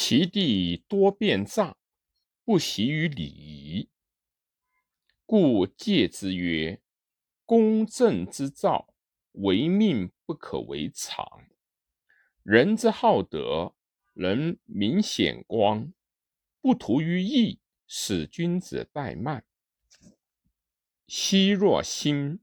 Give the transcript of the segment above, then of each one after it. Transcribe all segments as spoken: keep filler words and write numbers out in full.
其地多变诈，不习于礼仪。故戒之曰：公正之兆，为命不可为常。人之好德，能明显光，不图于义，使君子怠慢。昔若心，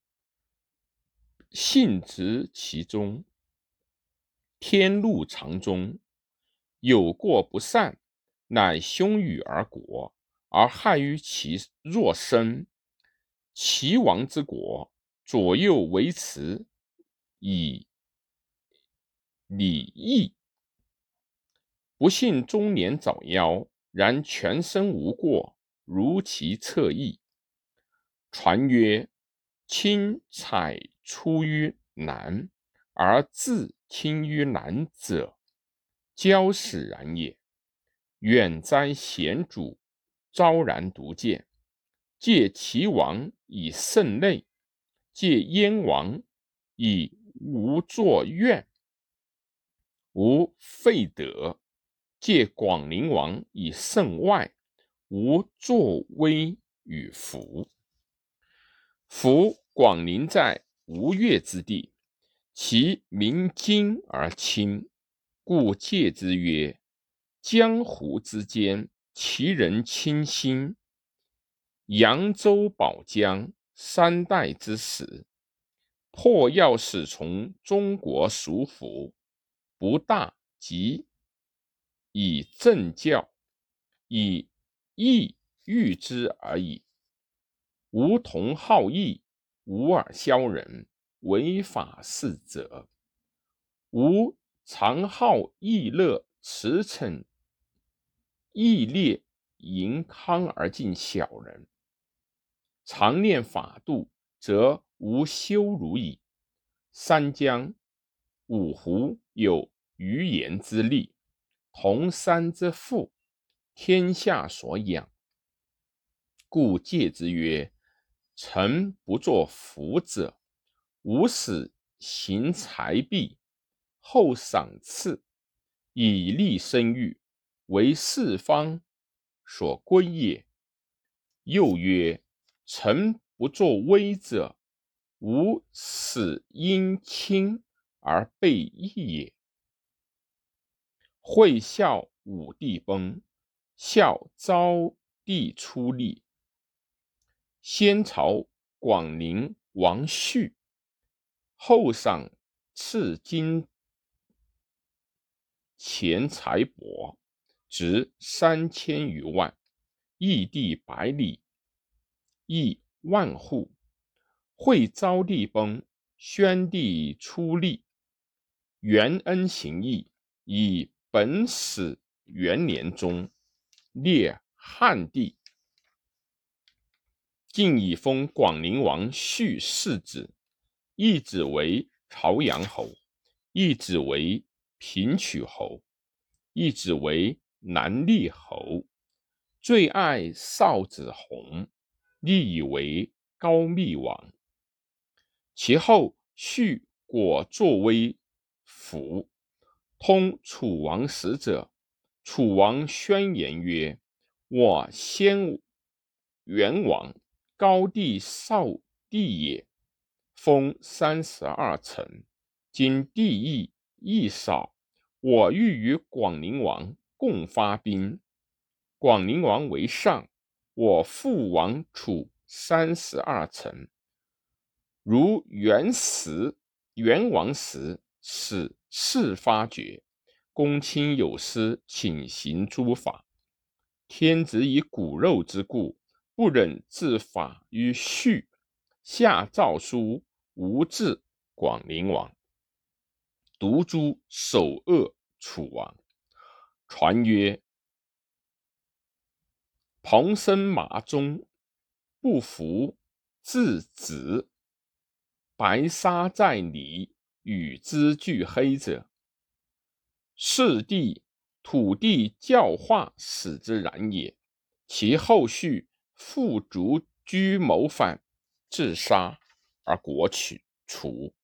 性直其中，天禄常中。有过不善，乃凶与而国，而害于其若身。齐王之国，左右为持，以礼义。不幸中年早夭，然全身无过，如其侧翼。传曰：亲采出于难，而自亲于难者，骄使然也。远哉贤主，昭然独见。戒齐王以胜内，戒燕王以无作怨，无废德；戒广陵王以胜外，无作威与福。夫广陵在吴越之地，其民精而轻，故戒之曰：江湖之间，其人清心。扬州保江，三代之始，破要使从中国属府，不大即以正教，以义喻之而已。吾同好义，无尔萧人，违法事者。吾常好逸乐，驰骋逸烈，淫康而敬小人。常念法度，则无羞辱矣。三江、五湖有鱼盐之利，同山之富，天下所养。故戒之曰：臣不作福者，吾使行财币，后赏赐，以利生育，为四方所归也。又曰：臣不作威者，吾使因亲而备义也。会孝武帝崩，孝昭帝出力。先朝广陵王续，后赏赐金钱财帛，值三千余万，邑地百里，邑万户。会昭帝崩，宣帝出力，元恩行义，以本始元年中，列汉帝。晋以封广陵王续四子，一子为朝阳侯，一子为平曲侯，一子为南厉侯。最爱少子弘，立以为高密王。其后续果作威服，通楚王使者。楚王宣言曰：我先元王，高帝少帝也，封三十二城。今地邑亦少，我欲与广陵王共发兵。广陵王为上，我父王楚三十二城。如元时元王时，使事发觉，公卿有司，请行诸法。天子以骨肉之故，不忍自法于续，下诏书无治广陵王，独诛首恶楚王。传曰：蓬生马中，不服自止，白沙在泥，与之俱黑者，是地土地教化使之然也。其后续复逐居谋反，自杀而国取除。